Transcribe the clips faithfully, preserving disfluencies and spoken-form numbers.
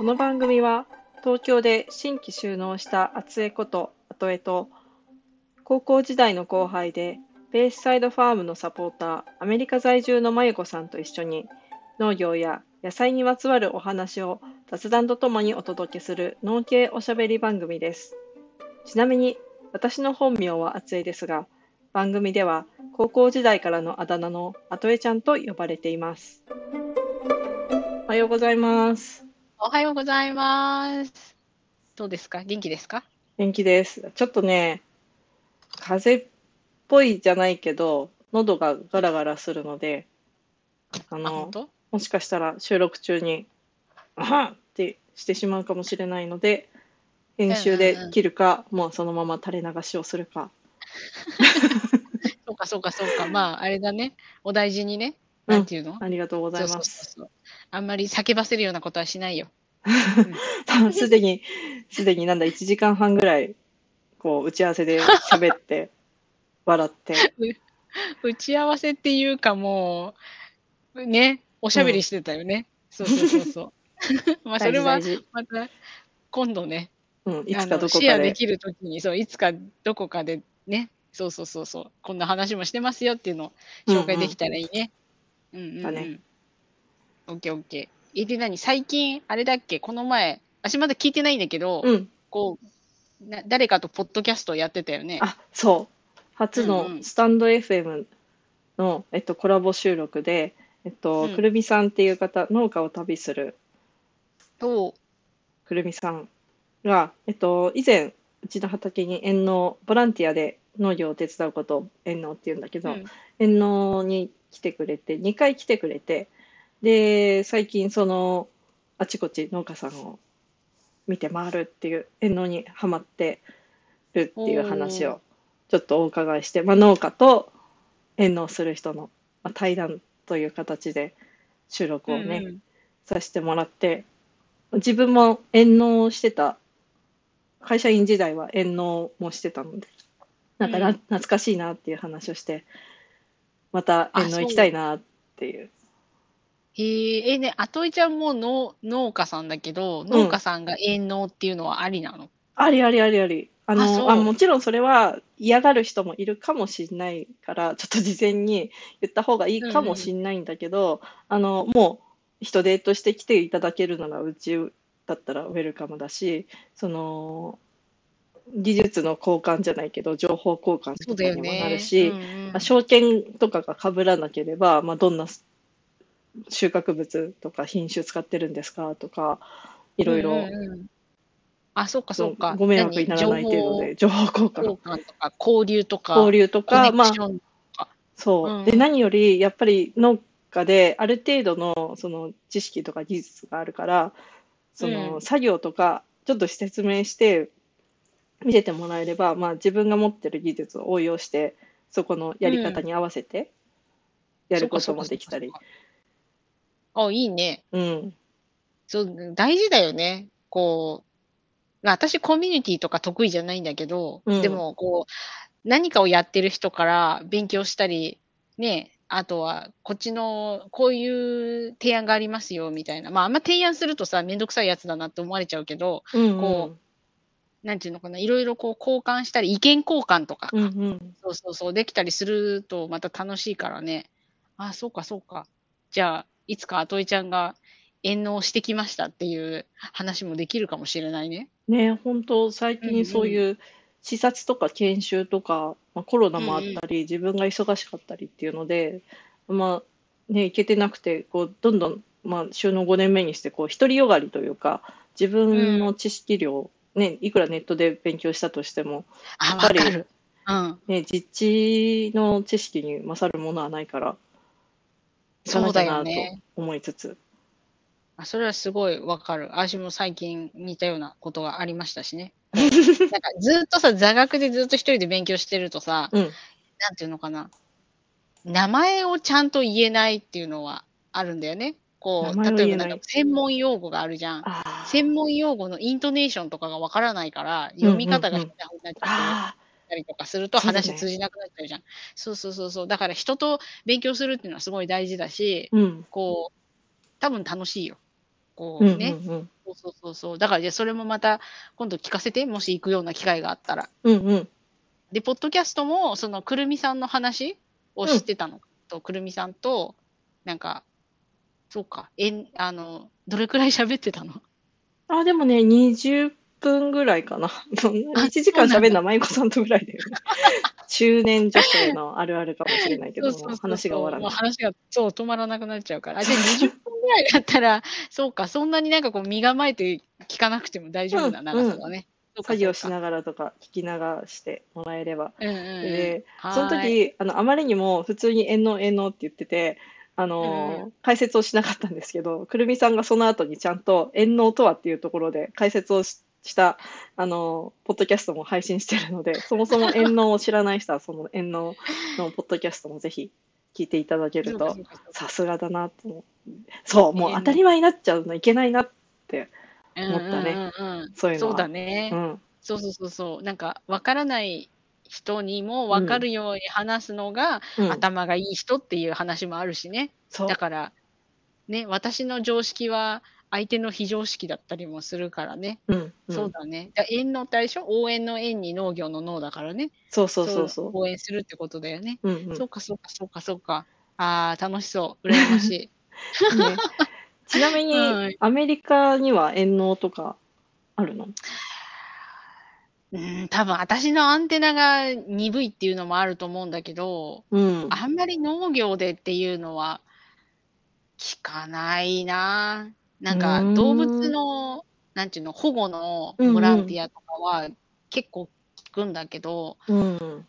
の番組は東京で新規就農した厚江ことあとえと高校時代の後輩でベイサイドファームのサポーターアメリカ在住のまゆこさんと一緒に農業や野菜にまつわるお話を雑談とともにお届けする農系おしゃべり番組です。ちなみに私の本名は厚江ですが、番組では高校時代からのあだ名のあとえちゃんと呼ばれています。おはようございます。 おはようございます。どうですか？元気ですか？ 元気です。ちょっとね、風邪っぽいじゃないけど、喉がガラガラするので、ああ、本の、 当？ もしかしたら収録中に、あはんってしてしまうかもしれないので、編うんうん集でうん。 切るか、もうそのまま垂れ流しをするか。 そうかそうかそうか。まあ、あれだね。お大事にね。 うん、 なんていうの？ ありがとうござそうそいます。 うそうそう。あんまり叫ばせるようなことはしないよ。うん。 すでに、すでになんだ、いちじかんはんぐらい、こう、打ち合わせで喋って、笑って、 う打ち合わせっていうかもう、ね、おしうん、 ゃべりしてたよね。そうそうそうそう。まあ、そ大れは事大事。 また今度ね、 うん、いつかあの、 どこかで。 シェアできる時に、そう、いつかどこかでね、そうそうそうそう、こんな話もしてますよっていうのをうんう紹介できん。 たらいいね。うんうんだね。 うん。オッケーオッケー。え、で、何最近、あれだっけこの前、私まだ聞いてないんだけど、 うん。 こう、な誰かとポッドキャストをやってたよね。 あ、そう。初うんうん。 のスタンド エフエム の、えっと、コラボ収録で、えっと、くうん。 るみさんっていう方、農家を旅すると、 くるみさんが、えっと、以前、うちの畑に遠農、ボランティアで農業を手伝うことを遠農って言うんだけど、 うん。 遠農に来てくれて、にかい来てくれて、で、最近その、あちこち農家さんを見て回るっていう、遠農にハマってるっていう話おー。 をちょっとお伺いして、まあ、農家と遠農する人の、まあ、対談という形で収録うんをね、 うん。 させてもらって、自分も遠農してた、会社員時代は遠農もしてたので、なんかなうん。 懐かしいなっていう話をして、また遠あ、 農行きそう。 たいなっていう。 へえ、え、ね、あといちゃんも農農家さんだけど、 うん。 農家さんが遠農っていうのはありなの？ ありありありあり。ああ、 の、あ、 そう。 もちろんそれは嫌がる人もいるかもしれないから、ちょっと事前に言った方がいいかもうんうん。 しれないんだけど、あの、もう人手として来ていただけるならうちだったらウェルカムだし、その、技術の交換じゃないけど、情報交換とそうだよかにもなるね。うんし、まあ、 うん。 証券とかが被らなければ、まあ、どんな収穫物とか品種使ってるんですかとか、いうんろいろうんうん。あ、そうかそうそうか。 ご迷惑に何？情ならない程度報で情報交換、 交換とか交流と交か、 流とか、 コネクまあ、 ションとか。うそう。で、 んうん。 何より、やっぱり農家である程度のその知識とか技術があるから、そのうん。 作業とか、ちょっと説明して見せてもらえれば、まあ自分が持ってる技術を応用して、そこのやりうん。 方に合わせてやることもそうかそうかそできたり。 うかそうか。あ、いいね。 うん。 そう、大事だよね。こう、ま、私コミュニティとか得意じゃないんだけど、でうん。 もこう、何かをやってる人から勉強したり、ね、あとはこっちのこういう提案がありますよみたいな、まあ、あんま提案するとさ、めんどくさいやつだなって思われちゃうけど、 うんうこん。 う、なんていうのかな、いろいろこう交換したり、意見交換とかうんか。 うん。 そうそうそう、できたりするとまた楽しいからね。あ、そうかそうか。じゃあ、いつかあといちゃんが遠農してきましたっていう話もできるかもしれないね。 ね、本当最うん近そううん。 いう視察とか研修とか、まあ、コロナもあっうんうん。 たり、自分が忙しかったりっていうので、まあ、ね、行けてなくて、こう、どんどん、まあ、就農ごねんめにして、こう、独りよがりというか、自うん。 分の知識量、ね、いくらネットで勉強したとしても、やあ、 っぱり、 分かる。うん。 ね、実地の知識に勝るものはないから、行かなきゃそうだよなとね。 思いつつ。 あ、それはすごい分かる。私も最近似たようなことがありましたしね。こう、なんかずっとさ、座学でずっと一人で勉強してるとさ、 うん。 なんていうのかな、名前をちゃんと言えないっていうのはあるんだよね。こう、 名前を例えばなんか言えない。 専門用語があるじゃん。 ああ。 専門用語のイントネーションとかが分からないから、 うん読み方が変うんうん。 な風になっちゃってああ、 たりとかすると、 そうだね。 話通じなくなっちゃうじゃん。そうそうそうそう。だから人と勉強するっていうのはすごい大事だし、 うん。 こう、多分楽しいよ。 こうんううね。 んうん。 そうそうそうそう。だからじゃあそれもまた今度聞かせて、もし行くような機会があったら。 うんうん。 で、ポッドキャストも、そのくるみさんの話をうん。 知ってたのと、くるみさんと、なんか、そうか、えん、あの、どれくらい喋ってたの？ あ、でもね、にじゅっぷんぐらいかな。そんなにあ、 いちじかんそうなんだ。 喋るのはまゆこさんとぐらいだよね。中年女性のあるあるかもしれないけども、 そうそうそう話が終わそう。もうらない。 話が、そう、止まらなくなっちゃうから。あ、じゃあ20 そうそう。 分ぐらいだったら、そうか、そんなになんかこう身構えて聞かなくても大丈夫うんな長うん。 さだね。そうかそうか。 作業しながらとか聞き流してもらえれば。 うんうんうん。 で、そのはーい。 時、あの、あまりにも普通に遠納遠納って言ってて、あうんうん。 の、解説をしなかったんですけど、くるみさんがその後にちゃんと遠納とはっていうところで解説をしした、あの、ポッドキャストも配信してるので、そもそも遠納を知らない人は、その遠納のポッドキャストもぜひ聞いていただけると、 そうかそうかそうか。 さすがだなと思う。そう、もう当えんのたり前になっちゃうのいけないなってうんう思ったね。 んうんうん。そうだそういうのは。うね。 ん。 そうそうそうそう。なんか分からない人にも分かうん。 るように話すのがうん。 頭がいい人っていう話もあるしね。だそから、ね、私の常識は相手の非常識だったりもするからね。 う。うん、うん。 そうだね。だ縁のってあれでしょ？応援の縁に農業の農だからね。 そうそうそう、 そうそ応援するってことだよね。 う。うんうん。 そうかそうかそうかそうか。ああ、楽しそう、羨ましい。 ね。ちなみに、 はい。 アメリカには遠納とかあるの？ うーん、多分私のアンテナが鈍いっていうのもあると思うんだけど、 うん。 あんまり農業でっていうのは聞かないな。 うなんか動物ーん。 の、なんていうの、保護のうんうん。 ボランティアとかは結構聞くんだけど、 うん。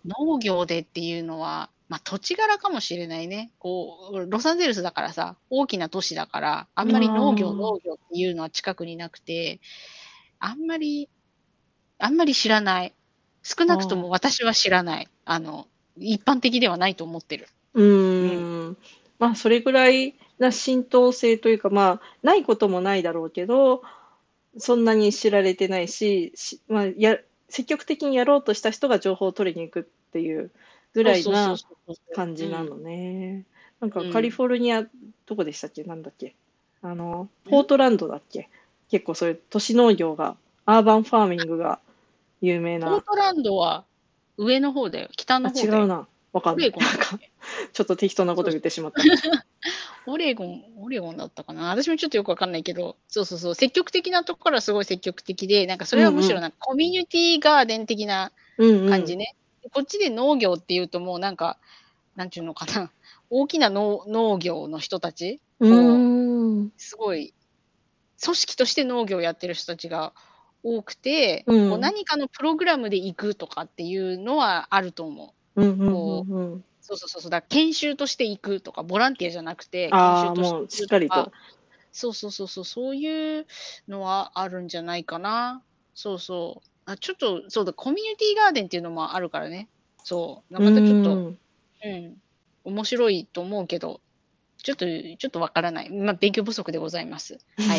農業でっていうのは、ま、土地柄かもしれないね。こう、ロサンゼルスだからさ、大きな都市だから、あんまり農業あ農業っていうのは近くになくて、あんまりあんまり知らない。少あ、 なくともああ。 私は知らない。あの、一般的ではないと思ってる。 ううん。 ーん。ま、それぐらいな浸透性というか、まあ、ないこともないだろうけど、そんなに知られてないし、しまあ、や積極的にやろうとした人が情報を取りに行くっていうぐそうそうそうらいなそうそうそう。うん。 感じなのね。なんかカリうん。 フォルニアどこでしたっけ？なんだっけ？あの、ポーん？ トランドだっけ？結構そういう都市農業が、アーバンファーミングが有名な。 ポートランドは上の方だよ。北あ、 の方だよ。 違うな。わかんない。 オレゴンなんか、 だっけ？ ちょっと適当なことそうそう。 言ってしまった。 オレゴンオレゴンだったかな。私もちょっとよくわかんないけど、そうそうそう、積極的なところはすごい積極的で、なんかそれはむしろうんうん。 なんかコミュニティガーデン的なうんうん。 感じね。こっちで農業っていうともうなんか、なんていうのかな、大きな農農業の人たち、 うこう、 ーん。 すごい組織として農業をやってる人たちが多くて、こううん。 何かのプログラムで行くとかっていうのはあると思う。 うんうんうこう、 んうん。 そうそうそうそう、だから研修として行くとか、ボランティアじゃなくて研ああ、 修としてもうしっ行くとか、 かりと。 そうそうそうそう、そういうのはあるんじゃないかな。そうそう。あ、ちょっと、そうだ、コミュニティガーデンっていうのもあるからね。そう。なうまたちょっと、 ーん。 うん、面白いと思うけど、ちょっとちょっとわからない。ま、勉強不足でございます。はい。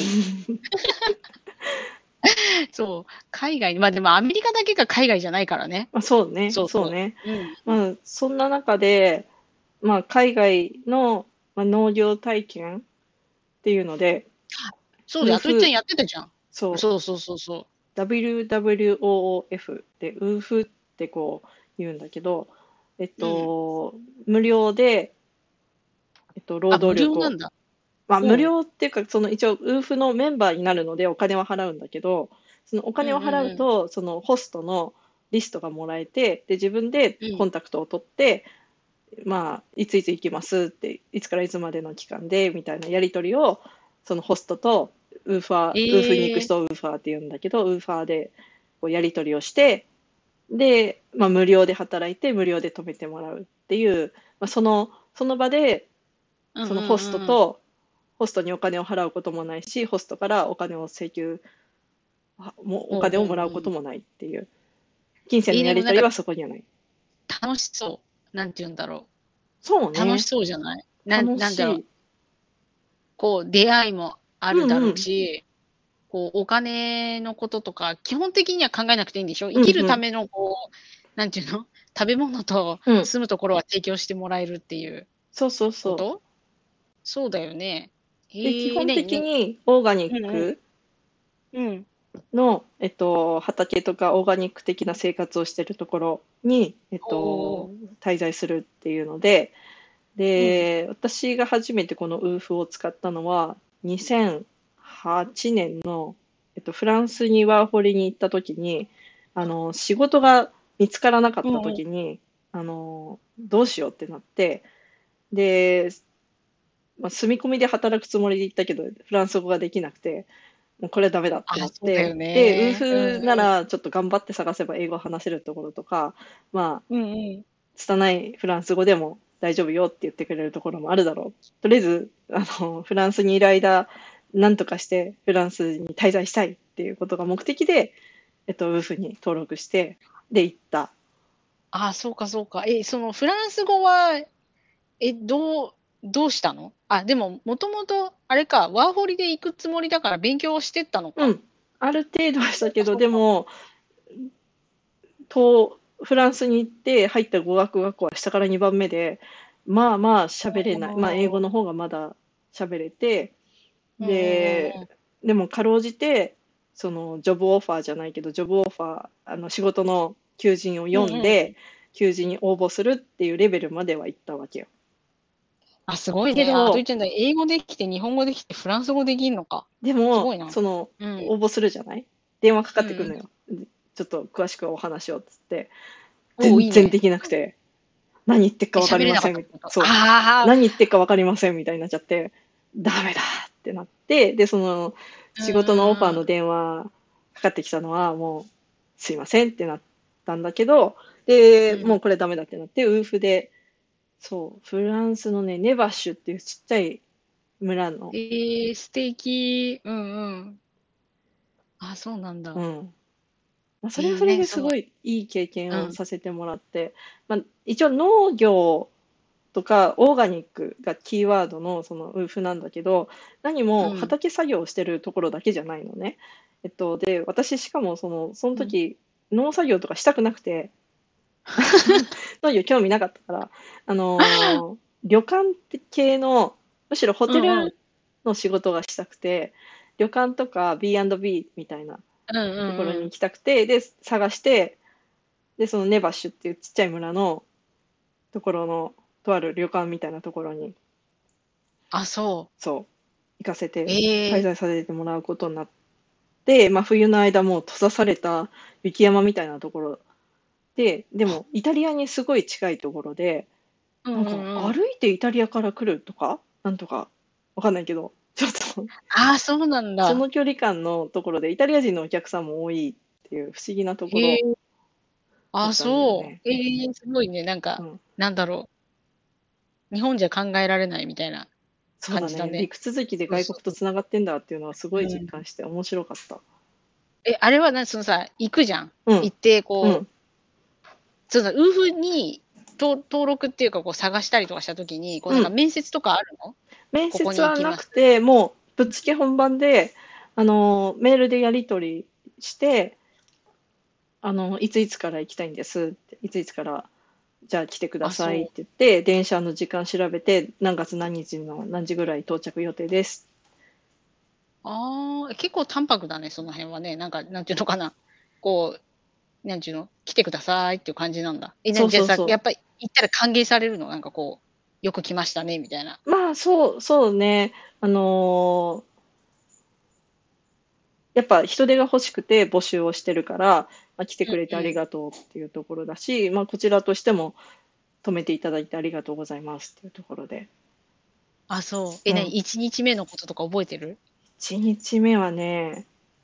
そう、海外にま、でもアメリカだけが海外じゃないからね。 ま、そうね、 そうそそうね。 う。うんうん。 まあ、そんな中で、まあ、海外の、ま、農業体験っていうので、 そうだよ、あといっちゃんウーフやってたじゃん。 そう、 そうそうそうそう。 ダブリューダブリューオーエフ で、ウーフってこう言うんだけど、えっうん。 と、無料で、えっと、労あ、無働力を料なんだ。 まあ、無ほう。 料っていうか、その一応、ウーフのメンバーになるのでお金は払うんだけど、そのおうん金をうんうん。 払うと、そのホストのリストがもらえて、で、自分でうん。 コンタクトを取って、まあ、いついつ行きますって、いつからいつまでの期間で、みたいなやり取りを、そのホストとウーファー、ウーフに行くええ。 人をウーファーって言うんだけど、ウーファーでこうやり取りをして、で、まあ、無料で働いて、無料で止めてもらうっていう、まあ、その、その場で、 うんうんそのホストうんうん。 とホストにお金を払うこともないし、ホストからお金を請求、あもうおほう金をほうほう。 もらうこともないっていう、金銭え、 のやでもなんかり取りはそこにはない。 楽しそう。なんて言うんだろう。楽しそうね。 そうじゃない？なんなんだろう、 楽しい。 こう出会いもあるだろううんうん。 し、こうお金のこととか、基本的には考えなくていいんでしょ？生きるうんうん。 ためのこう、なんていうの、食べ物とうん。 住むところは提供してもらえるっていうそうそうそこと？そうだよね。 で、基ええ、 本的なになににオーガニッうんうん。 クうん。 の、えっと、畑とかオーガニック的な生活をしてるところに、えっと、 おお。 滞在するっていうので、 うん。 で、私が初めてこのウーフを使ったのは、にせんはちねんの、えっと、フランスにワーホリに行った時に、あの、仕事が見つからなかったうんうん。 時に、あの、どうしようってなって、で、まあ、住み込みで働くつもりで行ったけど、フランス語ができなくて、もうこれはダメだってあ、 なっそうだよて、で、ウーね。うんフなうん。 らちょっと頑張って探せば英語話せるところとか、まあ、 うんうん。 拙いフランス語でも大丈夫よって言ってくれるところもあるだろう。とりあえず、あの、フランスにいる間、なんとかしてフランスに滞在したいっていうことが目的で、えっと、ウーフに登録して、で、行った。 あ、そうかそうか。え、そのフランス語は、え、どうどうしたの？あ、でも、もともとあれか、ワーホリで行くつもりだから勉強してったのか。 うん。ある程度はしたそうけど、 かそうか。 でも、とフランスに行って入った語学学校は下からにばんめで、まあまあ喋れない。まあ英語のああ。 方がまだ喋れて、 うんうんうんうで、 ん。 でもかろうじて、そのジョブオファーじゃないけど、ジョブオファー、あの仕事の求人をうんうん。 読んで、求人に応募するっていうレベルまでは行ったわけよ。 あ、すごいね。あ、といけど、 ちゃんだ、英語できて、日本語できて、フランス語できんのか。 でも、 すごいな。 その、 うん。 応募するじゃない？電話かかうんうん。 ってくるのよ。ちょっと詳しくお話をっつって。 おお、いいね。 全然できなくて。何言ってるかえ、 分か喋れなかりません。 ったってこと？ そう。 ああ、 何言ってるか分かりませんみたいになっちゃって、ダメだってなって、で、そのうん仕事のオファーうんうん。 の電話かかってきたのは、もう、すいませんってなったんだけど、で、もううん。 これダメだってなって、ウーフで、そう、フランスのね、ネバッシュっていうちっちゃい村の、 ええ、素敵。うんうん。あ、そうなんだ。 うん。まあ、それはええ、 それね、そのですごいいい経験をうん。 させてもらって、まあ、一応農業とか、オーガニックがキーワードのそのウーフなんだけど、何もうん。 畑作業をしてるところだけじゃないのね。えっと、で、私しかもその、そのうん。 時、農作業とかしたくなくて、農業興味なかったから、あのー旅館系の、むしろホうんうん。 テルの仕事がしたくて、旅館とか ビーアンドビー みたいなうんうんところうん。 に行きたくて、で、探して、で、そのネバッシュっていうちっちゃい村のところの、とある旅館みたいなところにあ、そう。 そう、行かせて、滞ええ。 在させてもらうことになって、まあ、冬の間もう閉ざされた雪山みたいなところで、でもイタリアにすごい近いところで、 うんなんかうんうん。 歩いてイタリアから来るとか、なんとか、わかんないけど、ちょっとああ、そうなんだ。 その距離感のところでイタリア人のお客さんも多いっていう不思議なところへえ。あ、 だったんだよそう。 ね。 ええ、すごいね。なんか、 うん。 なんだろう、日本じゃ考えられないみたいなそうだね。 感じだね。 陸続きでそうそう。 外国とつながってんだっていうのはすごいうん。 実感して面白かった。 え、あれはなそのさ、行くじゃん。 うん。 行って、こう、 うん。 その、ウーフに、と登録っていうか、こう探したりとかした時に、こうなんかうん。 面接とかあるの？ 面ここ接はなに行きます。 くて、もうぶっつけ本番で、あの、メールでやり取りして、あの、いついつから行きたいんですって、いついつからじゃあ来てくだあ、 さいってそう。 言って、電車の時間調べて、何月何日の何時ぐらい到着予定です。 ああ、結構淡白だね、その辺はね。なんか、なんていうのかな。こう、なんちゅうの、来てくださいっていう感じなんだ。え、なそうじゃあさ、やそうそっぱり行ったら歓迎されるの？なんかこう、よく来ましたねみたいな。 う。まあ、そう、そうね。あのやっぱ人手が欲しくて募集をしてるから、まあ、来てくれてありうんうん。 がとうっていうところだし、まあ、こちらとしても止めていただいてありがとうございますっていうところで。 あ、そう。え、なに、 うん。 いちにちめのこととか覚えてる？ いちにちめはね、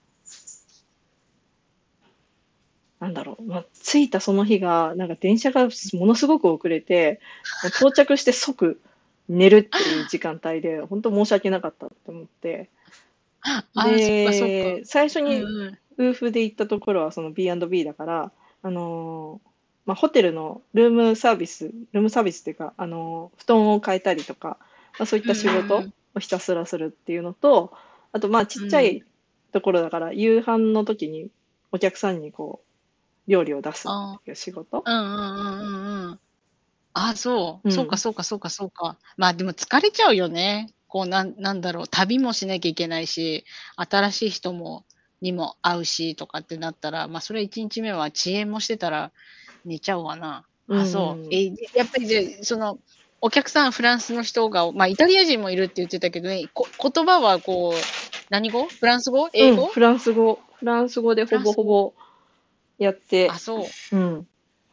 なんだろう、まあ、着いたその日が、なんか電車がものすごく遅れて、もう到着して即寝るっていう時間帯で、本当申し訳なかったと思って。 ああ、そっかそっか。 で、最初にうんうん。 ウーフで行ったところはその ビーアンドビー だから、あのーまあ、ホテルのルームサービス、ルームサービスっていうか、あのー布団を変えたりとか、まあ、そういったうん仕事うんをひたすらするっていうのと、あとまあちうん。うん。 っちゃいところだから、夕飯の時にお客さんにこう、料理を出すっあていう仕事。 あ、うんうんうんうんうん。ああ、そう。そうかうん。 そうかそうかそうか。まあ、でも疲れちゃうよね。 こう、なんなんだろう、旅もしなきゃいけないし、新しい人もにも会うしとかってなったら、ま、それいちにちめは遅延もしてたら寝ちゃうわな。 うあ、そう。 んうん。 え、やっぱりじゃあ、その、お客さんフランスの人が、ま、イタリア人もいるって言ってたけどね、こ言葉はこう、何語？フランス語？英うん、 語？ フランス語。フランス語でほフランス語。 ぼほぼやっあ、 て、 そう。 うん。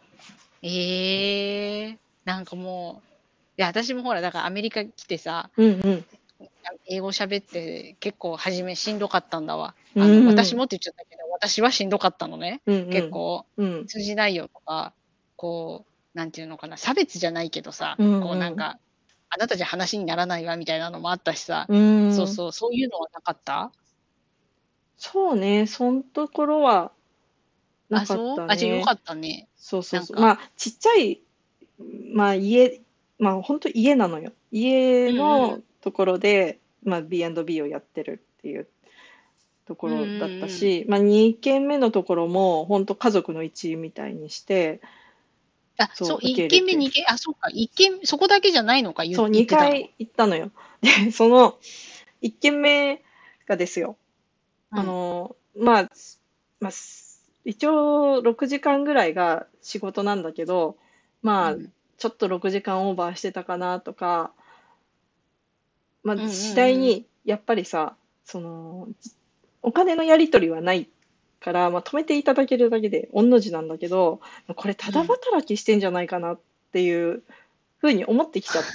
ええ、なんかもう、いや、私もほら、だからアメリカ来てさ、 うんうん。 あ英語喋って結構初めしんどかったんだわ。 うあの、私ん。 もって言っちゃったけど、私はしんどかったのね。 うんうん。 結構、 うん。 通じないよとか、こう、なんていうのかな、差別じゃないけどさ、 うんうん。 こうなんか、あなたじゃ話にならないわみたいなのもあったしさ、 うーん。 そうそう、そういうのはなかった？ そうね、そんところはなあ、 かっそう？あ、じゃ、良たね。 かったね。 そうそうそう。 なんか、 まあ、ちっちゃい、まあ、家まあ、ほんと家なのよ。家うんうん。 のところで、まあ、ビーアンドビー をやってるっていうとこうんろだっうんうん。 たし、ま、にけんめのところもほんと家族の一員みたいにして、 あ、そう、 そう、受け 1 入れて。 軒目にけんあ、そっか、いっけんそこだけじゃないのか、ゆそう、 言ってたのは。 にかい行ったのよ。で、そのいっけんめがですよ、あうん。 の、まあ、ま、一応ろくじかんぐらいが仕事なんだけど、まあ、 うん。 ちょっとろくじかんオーバーしてたかなとか、ま、 うんうん次第うん。 にやっぱりさ、その、お金のやり取りはないから、まあ、止めていただけるだけで御の字なんだけど、これタダうん。 働きしてんじゃないかなっていう風に思ってきちゃって、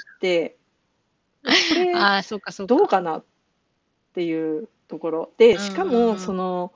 これああ、そっかそっか。 どうかなっていうところ。で、 うんしかもうんうん。 その、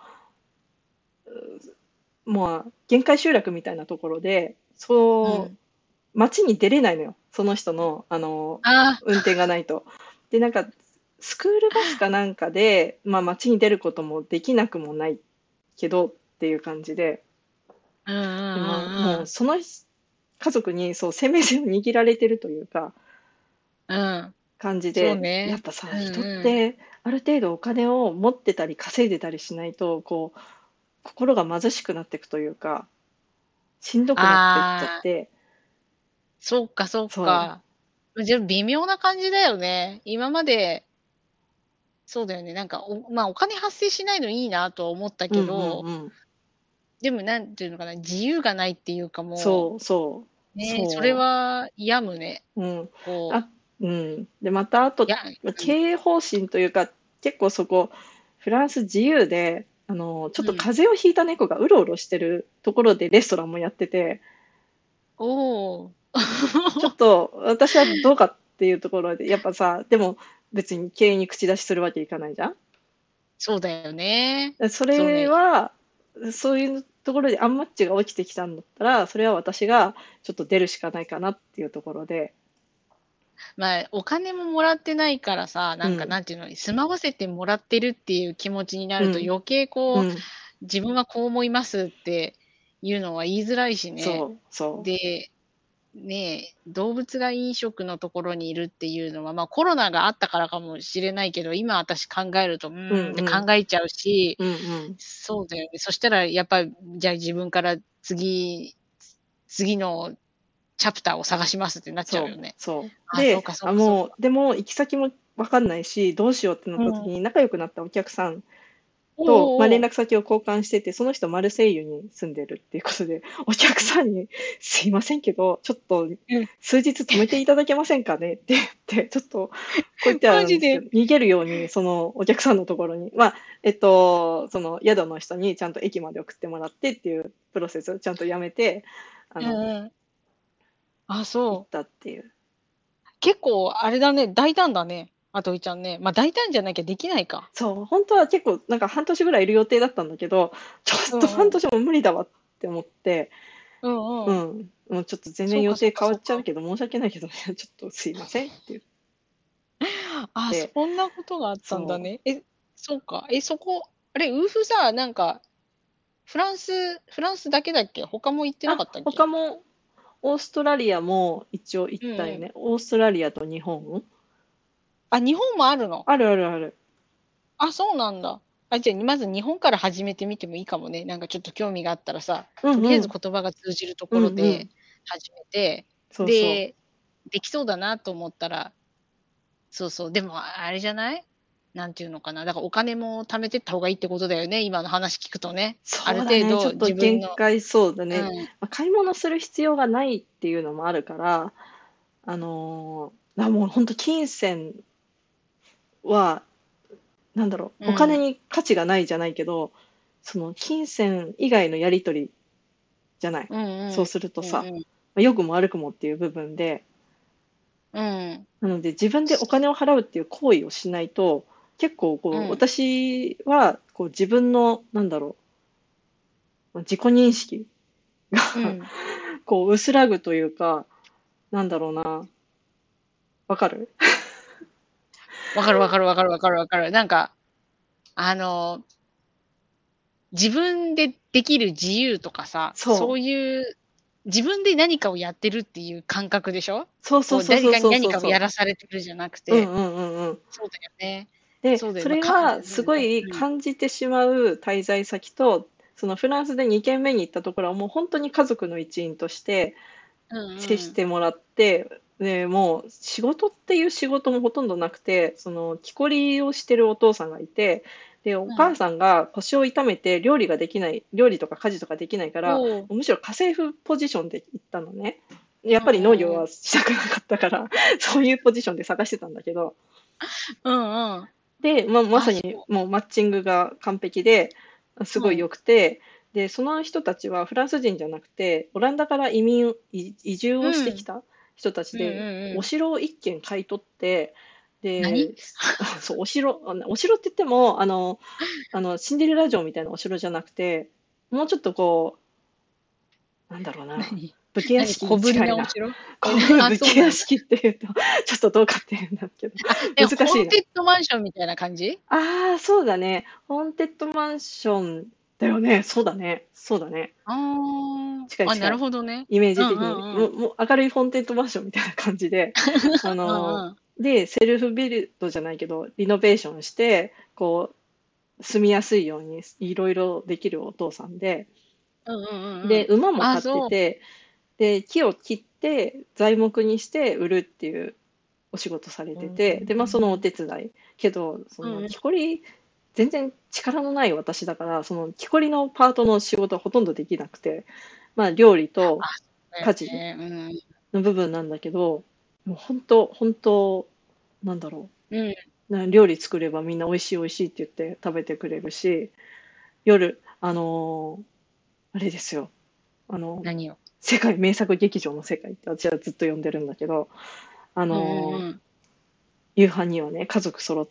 まあ、限界集落みたいなところで、そううん。 街に出れないのよ。その人の、あの、 あ運転がないと。で、なんか、スクールバスかなんかで、まあ、街に出ることもできなくもないけどっていう感じで、 あ、うんうんで、まあ、 うんうん。 もうその家族にそう生命線を握られてるというか、 うん。 感じで、やっそうね。 ぱさ、 うん人っうん。 てある程度お金を持ってたり稼いでたりしないと、こう、心が貧しくなっていくというか、しんどくなってっちゃっああ、 て、 そっかそっそう。 か。じゃ、微妙な感じだよね。今まで、そうだよね、なんか、おまあ、お金発生しないのいいなとは思ったうんうんけど、 うん。 でもなんていうのかな、自由がないっていうかもそうそう。 う、ね、それそは病むね。 う。うん。 こう、 あ、うん。で、またあと、 いやま、 うん、 経営方針というか、結構そこ、フランス自由で、あの、ちょっとうん。 風邪をひいた猫がうろうろしてるところでレストランもやってて、 おお。 ちょっと私はどうかっていうところで、やっぱさ、でも別に経営に口出しするわけいかないじゃん。 そうだよね。 で、そそうね。 れは、そういうところでアンマッチが起きてきたんだったら、それは私がちょっと出るしかないかなっていうところで、 まあ、お金ももらってないからさ、なんかうん、 なんていうの、住まわせてもらってるっていう気持ちになるとうん、 余計こう、 うん、 自分はこう思いますっていうのは言いづらいしね。 そう、そで、ねえ、動物が飲食のところにいるっていうのは、ま、コロナがあったからかもしれないけど、今私考えると、うう、うーんってんうん、 考えちゃうし、 うんうん、 そうだよね。そしたらやっぱ、じゃあ自分から次次のチャプターを探しますってなっちゃうそう、 よね。 そう。 あ、そうで、 かそうあ、 かそうか。 もう、でも行き先も分かんないし、どうしようってなった時うん。 に、仲良くなったお客さんおと、まあ、連おおお。 絡先を交換してて、その人マルセイユに住んでるっていうことで、お客さんに「すいませんけど、ちょっとうん。 数日泊めていただけませんかね」って言って、ちょっとこう言ってはマジで。 なんですけど、逃げるようにそのお客さんのところに、まあ、えっと、その宿の人にちゃんと駅まで送ってもらってっていうプロセスをちゃんとやめて、あうんの、 うん。あ、そう。 行ったっていう。 結構あれだね、大胆だね、あといちゃんね。ま、大胆じゃなきゃできないか。 そう、本当は結構なんか半年ぐらいいる予定だったんだけど、ちょっと半うんうん。 年も無理だわって思って、 うんうん。 うん、もうちょっと全然予そうかそう定変わかそうか。 っちゃうけど、申し訳ないけど、ちょっとすいませんって言っあ、 て、 そんなことがあったんだそう。 ね。え、そうか。え、そこ、あれ、ウーフさ、なんか、フランスフランスだけだっけ？他も行ってなかあ、 ったっけ？ 他もオーストラリアも一応行っうんうん。 たよね。オーストラリアと日本？ あ、日本もあるの？ あるあるある。 あ、そうなんだ。あ、じゃあ、まず日本から始めてみてもいいかもね。なんかちょっと興味があったらさ、とりあえずうんうん。 言葉が通じるところでうんうん。 始めて、 そうそで、できそうだなと思ったら、 そうそう。でも、あれじゃないなんていうのかな。だからお金も貯めてった方がいいってことだよね。今の話聞くとね。あるそうだね、ちょ程度っと自分の、 限界そうだね。 うん、 まあ、買い物する必要がないっていうのもあるから、あのー、あ、もう本当金銭は、なんだろう、お金うん、 に価値がないじゃないけど、その金銭以外のやり取りじゃない。 うん、うん、 そうするとうん、 さ、 うん、 まあ良くも悪くもっていう部分で、 うん、 なので自分でお金を払うっていう行為をしないと、結構こう、 うん、 私はこう自分の、なんだろう、自己認識がうん。 こう薄らぐというか、なんだろうな、わかる？ わかるわかるわかるわかるわかる。なんか、あの、自分でできる自由とかさ、そうそう。 いう自分で何かをやってるっていう感覚でしょ？ そうそこう誰うそうそうそうかに何かをそうそう。 やらされてるじゃなくて。 うんうんうんうん。 そうだよね。 で、 そうだよ。ま、 それかうんがすごいうんうん。 感じてしまう滞在先と、そのフランスでにけんめに行ったところはもう本当に家族の一員としてうん。 接うんうん。 してもらって、で、もう仕事っていう仕事もほとんどなくて、その木こりをしてるお父さんがいて、で、おうん。 母さんが腰を痛めて料理ができない、料理とか家事とかできないから、 おお。 むしろ家政婦ポジションで行ったのね。やっうんぱり農うんうん。 業はしたくなかったから、そういうポジションで探してたんだけど、 うんうん。 で、まあ、まあ、 さそにもうマッチングが完璧で、すう。うん。 ごい良くて、で、その人たちはフランス人じゃなくて、オランダから移民、い移住をしてうん。 きた人たちうんうんで、おうん。 城を一軒買い取って、 何？ で、そう、お城、あのお城って言っても、あの、あの、シンデレラ城みたいなお城じゃなくて、もうちょっとこう、なんだろうな、 何？ 武家屋何、 敷に小ぶり近いな。 なお城？え、 こなあ、 う武そうなんだ。 家屋敷って言うと、ちょっとどうかって言うんだけど、 あ、え、ホ難しいな。 ーンテッドマンションみたいな感じ？ ああ、そうだね。ホーンテッドマンションだよね。そうだね。そうだね。 ああ。あ、なる近い近い。 ほどね。 イメーうんうジ的に。 んうん。 もうもう明るいホーンテッドマンションみたいな感じで、あの、 うんうん。 で、セルフビルドじゃないけど、リノベーションして、こう、住みやすいようにいろいろできるお父さんで、 うんうんうんうで、 ん。あ、 馬も飼ってそう。 て、で、木を切って材木にして売るっていうお仕事されうてて、で、まあ、そのおん。 手伝い。けど、そのうんうん。 木こり、全然力のない私だから、その木こりのパートの仕事はほとんどできなくて、まあ、料理とあ、そうだよ家事ね。うん。 の部分なんだけど、もう本当、本当、なんだろうん。 う。な料理作ればみんな美味しい美味しいって言って食べてくれるし、夜、あのーあれですよ。あの、 何よ。 世界名作劇場の世界って私はずっと呼んでるんだけど、あうんうんの、 うん。 夕飯にはね、家族揃って、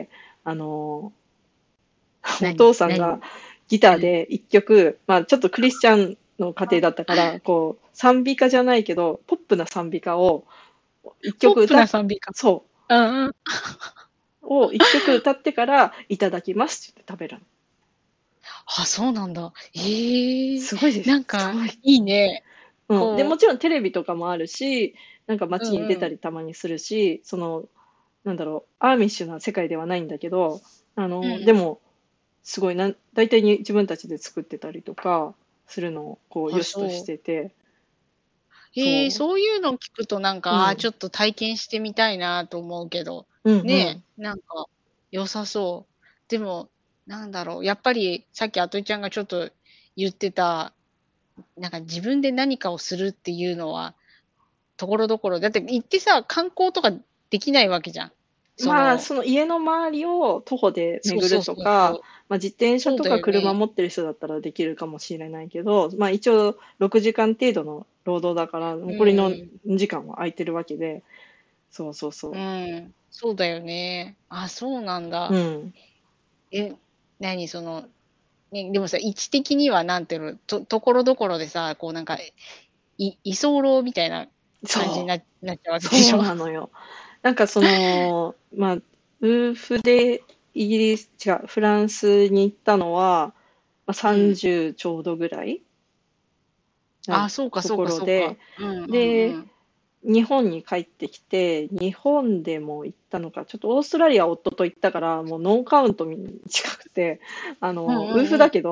あの、お何？ 父さんが何？ ギター何？ で一曲、まあちょっとクリスチャンの家庭だったから、こう、賛美歌じゃないけど、ポップな賛美歌を一ポップな曲歌っ、 賛美歌。 そうんうん。 う、を一曲歌ってから、いただきますって言って食べるの。 あ、そうなんだ。ええ、 すごいです。 なんかすごい。 いいね。 うん。で、もこちろんテレビとかもあるし、なんかう、 街に出たうんうん。 りたまにするし、その、なんだろう、アーミッシュな世界ではないんだけど、あの、でうん。 も、すごいな、大体に自分たちで作ってたりとかするのを、こう、 あ、 良しとしそう。 てて、 へえ、 そそういうの聞くとなんう、うか、ああ、ちん、 ょっと体験してみたいなと思うけど、 うん、うん。 ねえ、なんか良さそう。でも、なんだろう、やっぱりさっきあといちゃんがちょっと言ってた、なんか自分で何かをするっていうのは、ところどころだって行ってさ、観光とかできないわけじゃん。そまあ、 の、 その家の周りを徒歩で巡るそうそうとか、 そうそう。 まあ、自転車そうとかだよね。 車持ってる人だったらできるかもしれないけど、まあ一応ろくじかん程度の労働だから、 う残りのん。 時間は空いてるわけで、そうそううそん。そうだよね。あ、そうなんう。うだ。 ん。 え、何その、ね、でもさ、位置的にはなんていうの、とところどころでさ、こうなんか、い居候みたいな感じにそう。 ななっちゃうわけでそうしょ？ なのよ。なんかその、まあ、ウーフでイギリス、違う、フランスに行ったのは、まあ、 うん。 さんじゅうちょうどぐらいなあ、そうかとそうかそうか。 ころで、 うんうんうで、 ん。 日本に帰ってきて、日本でも行ったのか、ちょっとオーストラリアは夫と行ったから、もうノーカウントに近くて、あうんの、ウーフうんうん。 だけど、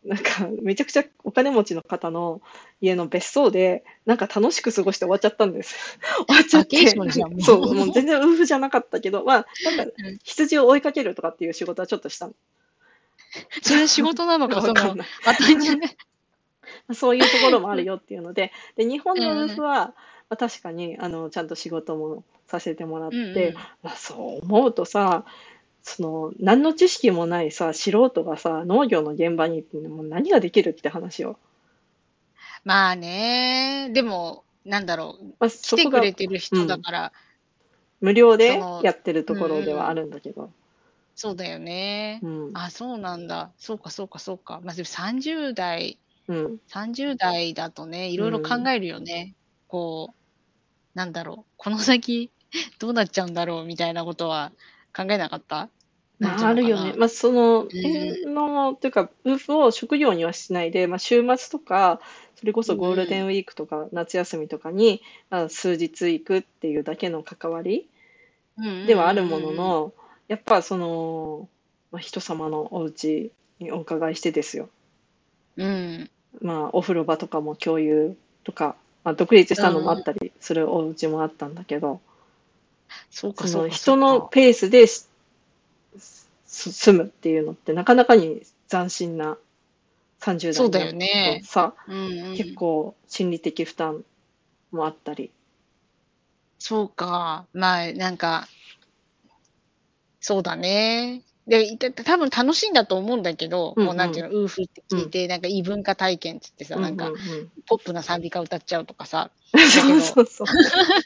なんかめちゃくちゃお金持ちの方の家の別荘で、なんか楽しく過ごして終わっちゃったんです。終わっちゃバって、 ケーションじゃん、もそう、 う。 もう全然ウルフじゃなかったけど、まあ、なんかうん。 羊を追いかけるとかっていう仕事はちょっとしたの。 それは仕事なのか、その、 わかんない。 まといちゃんがそういうところもあうん。 るよっていうので、で、日本のウルうんうん。 フは、ま、確かにあの、ちゃんと仕事もさせてもらっうんて、 うん。 ま、そう思うとさ、その、何の知識もないさ、素人がさ、農業の現場に行って、もう何ができるって話よ。 まあね、でも、なんだろう、 ま、 来てそこがくれてるうん。 人だから無料でそのやってるとうんころではあうん。 るんだけど。 そうだよね。 うん。 あ、そうなんだ。そうかそうかそうか。ま、でもさんじゅう代うん。 さんじゅう代だとね、 う色々考ん。 えるよね。こう、なんだろう、この先どうなっちゃうんだろうみたいなことは考えなかった？なんてまあ、 いうあるよね。 のかな。 ま、その、 うんうん。 営農っていうか、ウルフを職業にはしないで、ま、週末とか、それこそうんうん。 ゴールデンウィークとか夏休みとかに、ま、数日行くっていうだけの関わりうんうんうんではあるものうんうん。 の、やっぱその、ま、人様のお家にお伺いしてですよ。 うん。 まあ、お風呂場とかも共有とか、ま、独立したのもあうんうん。 ったりするお家もあったんだけど。 そうかその、 そうかそう人のか。 ペースで、すす住むっていうのってなかなかに斬新なさんじゅうそうだ代になるよね。 とさ、 うんうん。 結構心理的負担もあったり。 そうか、まあ、なんかそうだね。で、いてて多分楽しいんだと思うんだけど、 うんうん。 こうなんていうの、ウーフってうん。 聞いて、なんか異文化体験つってさ、 うん、 なんかふんふん。 ポップな賛美歌歌っちゃうとかさ。 そうだけどそうそう。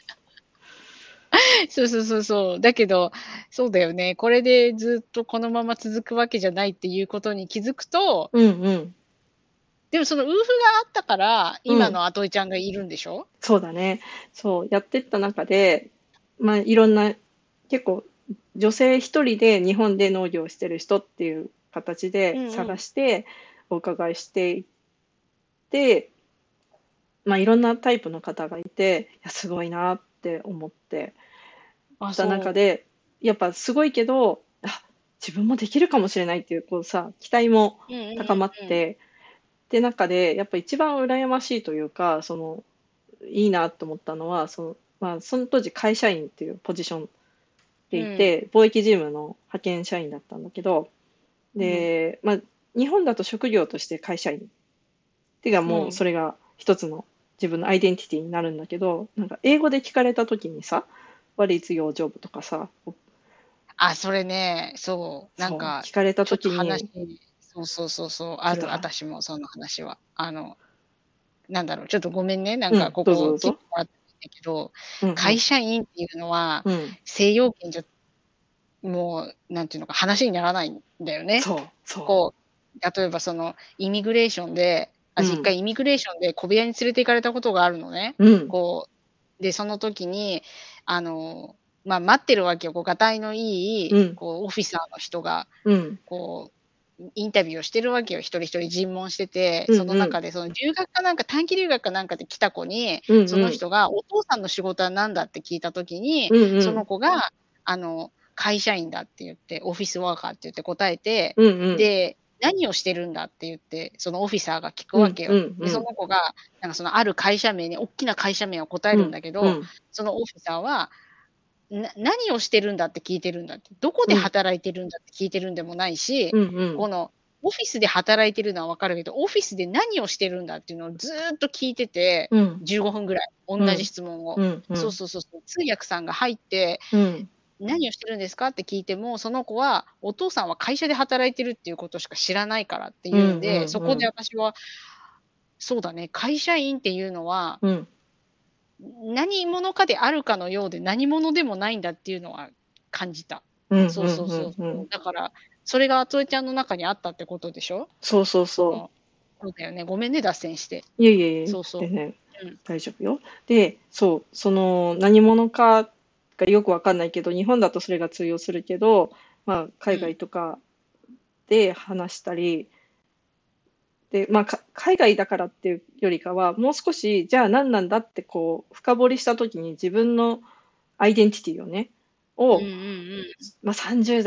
そうそうそうそう。だけど、そうだよね、これでずっとこのまま続くわけじゃないっていうことに気づくとうんうん。 でもそのウーフがあったから、 うん。 今のアトイちゃんがいるんでしょ？ そうだね。そう、やってった中で、ま、いろんな、結構、女性ひとりで日本で農業をしてる人っていう形でうんうん。 探してお伺いしていってま、いろんなタイプの方がいて、いや、すごいなって思ってあ、 た中そう。 で、やっぱすごいけど、あ、自分もできるかもしれないっていうこうさ、期待もうんうん高まっうん。 て、で、中でやっぱ一番羨ましいというか、その、いいなと思ったのは、その、ま、その当時会社員っていうポジションでうん。 いて、貿易事務の派遣社員だったんだけど、 うん。 で、ま、日本だと職業として会社員てかもううん。 それが一つの自分のアイデンティティになるんだけど、なんか英語で聞かれた時にさ、What is your job? とかさ、こあ、それね、そう、なんそう、 か聞かれたちょっと話時にそうそうそうそう、ある、 ちょっとは私もその話は。あの、なんだろう、ちょっとごめんね、なんうん、 かここどうぞどうぞ。 切ってもらっていいんだけど、 うんうん。 会社員っていうのは、 うん。 正要件じゃもう、なんていうのか、話にならないんだよね。 そう、そう。 こう、例えばそのイミグレーションで、私一うん。 回イミグレーションで小部屋に連れて行かれたことがあるのね。 うん。 こう、で、その時に、あの、ま、待ってるわけよ。こうがたいのいい、 うん。 こうオフィサーの人が、 うん。 こう、インタビューをしてるわけよ。一人一人尋問してて、そうんうん。 の中でその留学かなんか短期留学かなんかで来た子に、そうんうん。 の人が「お父さんの仕事は何だ？」って聞いた時に、 うんうそのん。 子が、あの、会社員だって言って、オフィスワーカーって言って答えて、 うんうん。 で、何をしてるんだって言って、そのオフィサーが聞くうんうわけよ。で、そのんうん。 子が、なんかそのある会社名におっきな会社名を答えるんうん、 だけど、 うん。 そのオフィサーは、な何をしてるんだって聞いてるんだって。どこでうん。 働いてるんだって聞いてるんでもないし、 うんうん。 このオフィスで働いてるのは分かるけど、オフィスで何をしてるんだっていうのをずっと聞いてて、 うん。 じゅうごふんぐらい、おんなじうん。 質問を。 うんうん。 そうそうそうそう、通訳さんが入ってうん。 「何をしてるんですか？」って聞いても、その子は「お父さんは会社で働いてるっていうことしか知らないから」ってうんう言うんで、そこでんうん。 私はそうだね、会社員っていうのはうん。 何者かであるかのようで、何者でもないんだっていうのは感じた。 うんうそうそうそうそう。 んうんうん。 だから、それがアトエちゃんの中にあったってことでしょ？ そうそうそう。 そのそうだよね、ごめんね、脱線して。 いえいえいえ、 そうそ全然う。うん。 大丈夫よ。で、そう、その何者かがよくわかんないけど、日本だとそれが通用するけど、まあ、海うん。 外とかで話したりで、ま、か海外だからっていうよりかは、もう少し、じゃあ何なんだってこう深掘りした時に自分のアイデンティティをね、 うんうを、 んうん。 ま、さんじゅう代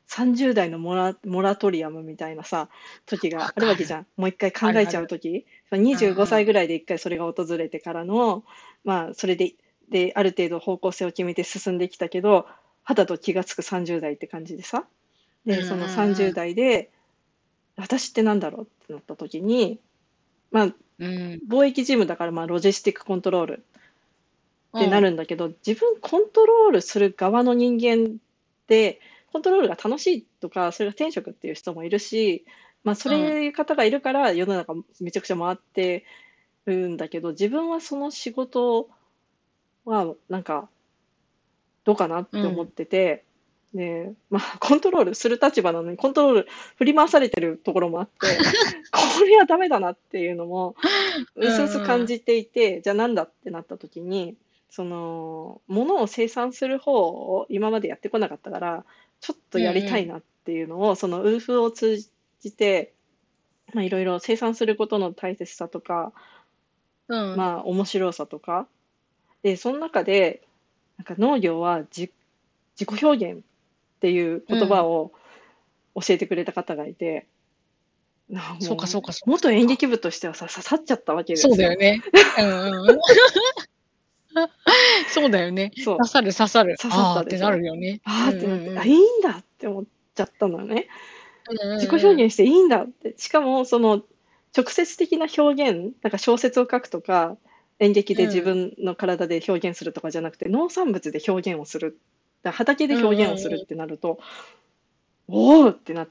さんじゅう代のモラ、モラトリアムみたいなさ、時がわかる。 あるわけじゃん。もう一回考えちゃうあるある。 時。 う 25歳ぐんらいで一回それが訪れてからの、まあ、それで、で、ある程度方向性を決めて進んできたけど、肌と気がつくさんじゅう代って感じでさ。 うん。うで、 んその30 うん代で、私ってなんだろうってなった時に、まあ、 うん。うん。 貿易事務だから、まあ、ロジスティックコントロールってなうん。 るんだけど、自分コントロールする側の人間で、コントロールが楽しいとか、それが天職っていう人もいるし、まあ、そうん。 れいう方がいるから世の中めちゃくちゃ回ってるんだけど、自分はその仕事はなんかどうかなって思っうん。 てて、で、まあ、コントロールする立場なのに、コントロール振り回されてるところもあって、これはダメだなっていうのも、 ううすうす感ん。 じていて、じゃあなんだってなった時に、その、物を生産する方を今までやってこなかったから、ちょっとうん。 やりたうん。 いなっていうのを、そのウーフを通じて、まあ、いろいろ生産することの大切さとか、 うん。 まあ、面白さとか、で、その中で、なんか農業は自自己表現っていううん。 言葉を教えてくれた方がいて、なそうか、 もう、 そうか、そうか、そ元演うか。 劇部としてはさ、刺さっちゃったわけでそうすよ。 だよね。うんうんうん。そうだよね。 そう。 刺さる刺さる。 刺さっああってなたでしょ。 るよね。うんうああってなって、あ、 んうん。 いいんだって思っちゃったのよね。 うん自己うんうん。 表現していいんだって。しかも、その、直接的な表現、なんか小説を書くとか、演劇で自うん。 分の体で表現するとかじゃなくて、農産物で表現をする。だから畑でうん表現をするっうんてなると、おおってなって、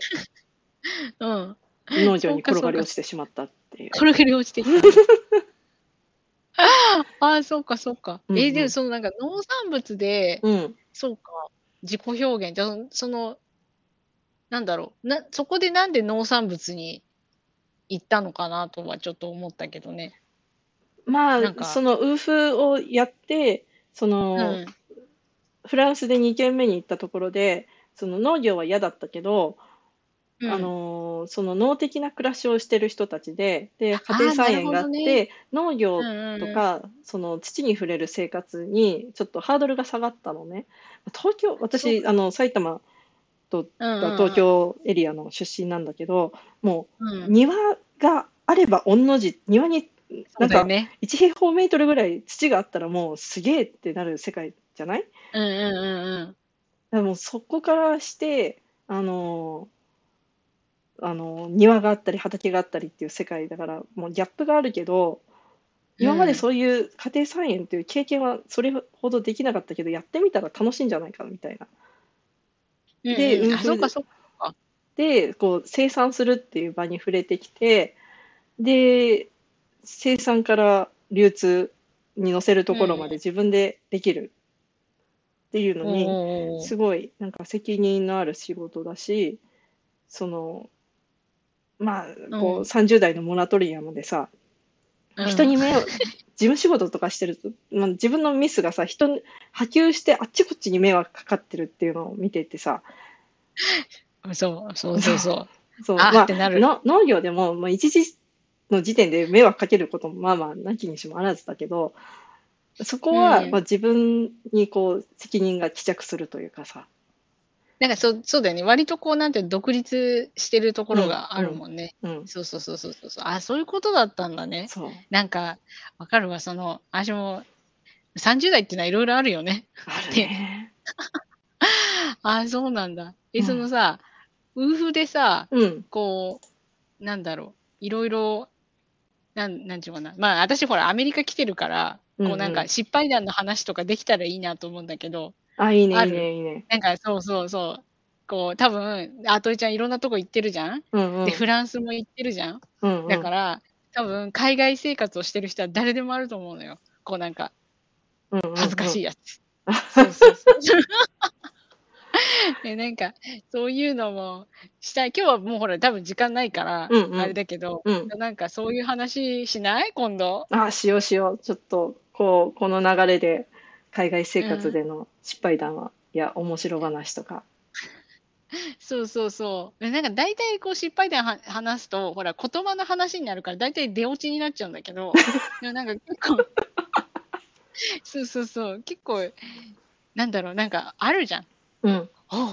うん。うん。 農業にそうかそうか。 転がり落ちてしまったっていう。 転がり落ちていったんだ。ああ、そうかそうか。え、でもうんうん。 そのなんか農産物で、 うん。 そうか、自己表現、じゃ、その、なんだろう、なそこでなんで農産物に行ったのかなとはちょっと思ったけどね。 まあ、 なんかそのウーフをやって、その、 うん。 フランスでにけんめに行ったところで、その農業は嫌だったけど、あうん。 の、その農的な暮らしをしてる人たちで、で、家庭ああ、なる菜園があっほどね。 て、農業うんうんうん。 とか、その土に触れる生活にちょっとハードルが下がったのね。東京、私、 そうか。 あの、埼玉とうんうか東んうん。 京エリアの出身なんだけど、もうん。 う庭があれば御の字、庭になんかそうだよね。 いち平方メートルぐらい土があったらもうすげえってなる世界じゃない？ うんうんうんうん。 でもそこからして、あの、あの、庭があったり畑があったりっていう世界だから、もうギャップがあるけど、今までうん。 そういう家庭菜園という経験はそれほどできなかったけど、やってみたら楽しいんじゃないかみたいな。で、 うんうん。あ、そうかウーフそうかそうか。 で、こう生産するっていう場に触れてきて、で、生産から流通に乗せるとうんうん。 ころまで自分でできるっていうのおおに、 おおおお。 すごいなんか責任のある仕事だし、その、まあ、こううん。 さんじゅう代のモラトリアムでさ、 うん。 人に目を、事務仕事とかしてると、まあ、自分のミスがさ、人に波及してあっちこっちに迷惑かかってるっていうのを見ててさ、 そう、そうそそうそう。 う、そう、 ああまあ、 ってなる。 の農業でも、まあ、一時の時点で迷惑かけることもまあまあなきにしもあらずだけど、そこうは、まあ、 ん。 自分にこう責任が帰着するというかさ、 なんかそそうだよね。割とこうなんて独立してるとこうん、 ろがあうん、 るもんね。 うん、 そうそうそうそうそうそう。あ、そういうことだったんだね。 そう、 なんか分かるわ、その、私もさんじゅう代っていうのは色々あるよね。 あるで、 ね。 あ、そうなんだ。え、そのうん、 さ、夫婦でさ、 うん、 こう、なんだろう、色々、なんなんちゅうかな、まあ、私ほらアメリカ来てるから、 うん、 こうなんうん。 か失敗談の話とかできたらいいなと思うんだけど、 あ、いいね、いいある？ ね、いいね。 なんかそうそうそう。こう多分、あといちゃんいろんなとこ行ってるじゃん？ うんうで、 ん、 フランスも行ってるじゃん？ うんうん、 だから、多分海外生活をしてる人は誰でもあると思うのよ。こうなんか、 うんうん恥ずかうん。 しいやつ。そうそうそう。で、なんか、そういうのもしたい。今日はもうほら、多分時間ないから、あれうんうん。 だけど、 うん。 なんかそういう話しない？今度。 あ、しようしよう。ちょっと、こう、この流れで、海外生うん。 活での失敗談は、いや、面白話とか。 そうそうそう。で、なんか大体こう失敗談は話すと、ほら、言葉の話になるから、大体出オチになっちゃうんだけど、でもなんか結構そうそうそう、結構、なんだろう、なんかあるじゃん。 うん。 ほう、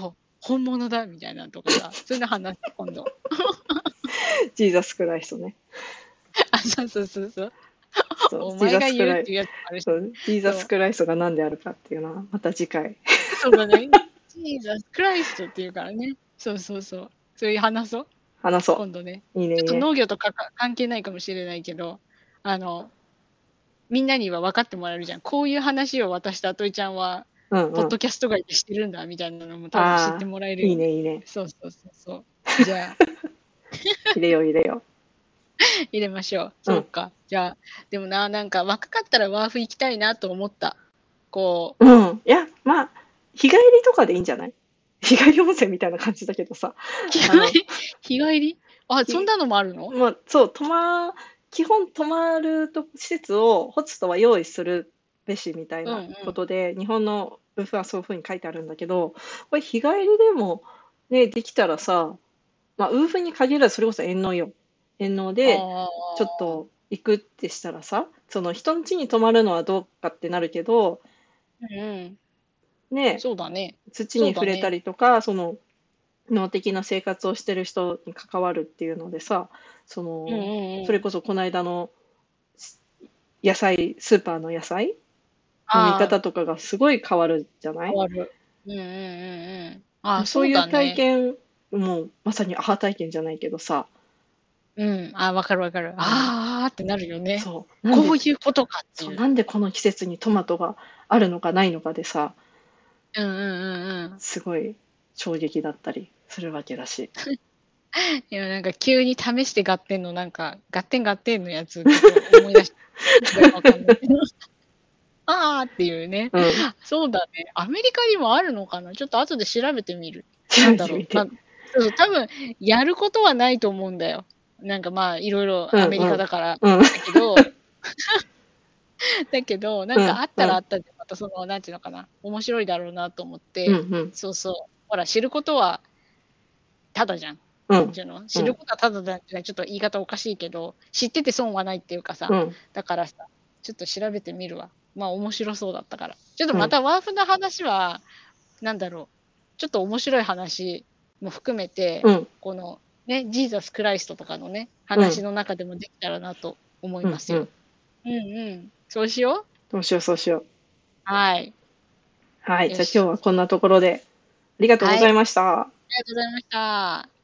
本物だみたいなのとかさ、そういうの話す今度。 ジーザスクライストね。 あ、そうそうそうそう。 そう、 おジーザ前がスクライ、 言うっていうやつもあるし。 そう、ジーザそう。 スクライストが何であるかっていうのは、また次回そうだね。ジーザスクライストっていうからね。そうそうそう。そういう話そう。 話そ今度ね。 う。いいね、 ちょっといいね。 農業とかか関係ないかもしれないけど、あの、みんなには分かってもらえるじゃん。こういう話を私とあといちゃんは、 うんうん。 ポッドキャスト外でしてるんだみたいなのも多分知ってああ、 もらえるよね。 いいね、いいね。 そうそうそうそう。じゃあ、 入れよう、入れよ入れましょう。 う。うん。 そうか。じゃあ、でもな、なんか若かったらワーフ行きたいなと思った。こうん。いや、まあ、日帰りとかでいいんじゃない？日帰り温泉みたいな感じだけどさ。 う、日あの、 帰り日帰りあ、そんひなのもあるの？ まあ、そう、泊ま、基本泊まると施設をホストは用意するべしみたいなうんうん。 ことで、日本のブーフはそういうふうに書いてあるんだけど、これ日帰りでもね、できたらさ、まあ、ウーフに限らずそれこそ遠納よ。遠納で、 あちょっあ、 と行くってしたらさ、その人ん家に泊まるのはどうかってなるけど、 うんうん。 ね、 そうだね。 土に触れたそうだね。 りとか、その農的な生活をしてる人に関わるっていうのでさ、そうんうんの、そうん。 れこそこの間の野菜、スーパーの野菜の見ああ、 方とかがすごい変わるじゃない？ 変わる。うんうんうんうん。ああ、そうそういうだね。 体験、もうまさにアハ体験じゃないけどさ、 うん。ああ、わかるわかる。 うん、 ああってなるよね。 そう、なんで、 こういうことかってそう、 いう。 なんでこの季節にトマトがあるのかないのかでさ、 うんうんうんうん。 すごい衝撃だったりするわけだし。 いや、なんか急に試して合点のなんか、合点合点のやつちょっと思い出した。いくらかわかんないけど。ああっていうね。 うん。 そうだね。アメリカにもあるのかなちょっと後で調べてみる。 調なんだろう。まあ、 べてみて。 そうそう、多分、やることはないと思うんだよ。なんかまあ、いろいろアメリうんうん。 カだから。 うん。 だけど、だけど、なんかうんうん。 あったらあったで、またその、なんていうのかな、面白いだろうなと思って、 うんうん。 そうそう。ほら、知ることはただじゃん。 うんなんていうのうん。 知ることはただだってちょっと言い方おかしいけど、知ってて損はないっていうかさ、 うん。 だからさ、ちょっと調べてみるわ。まあ面白そうだったから。ちょっとうん。 またワーフの話は、なんだろう、ちょっと面白い話も含めて、 うん。 このね、ジーザス・クライストとかのね、 うん。 話の中でもできたらなと思いますよ。 うんうん。 うんうん。そうしよう。 どうしよう、そうしよう。 はい。 はい。じゃあ今日よし。 はこんなところで、ありがとうごはい。ありざいました。 がとうございました。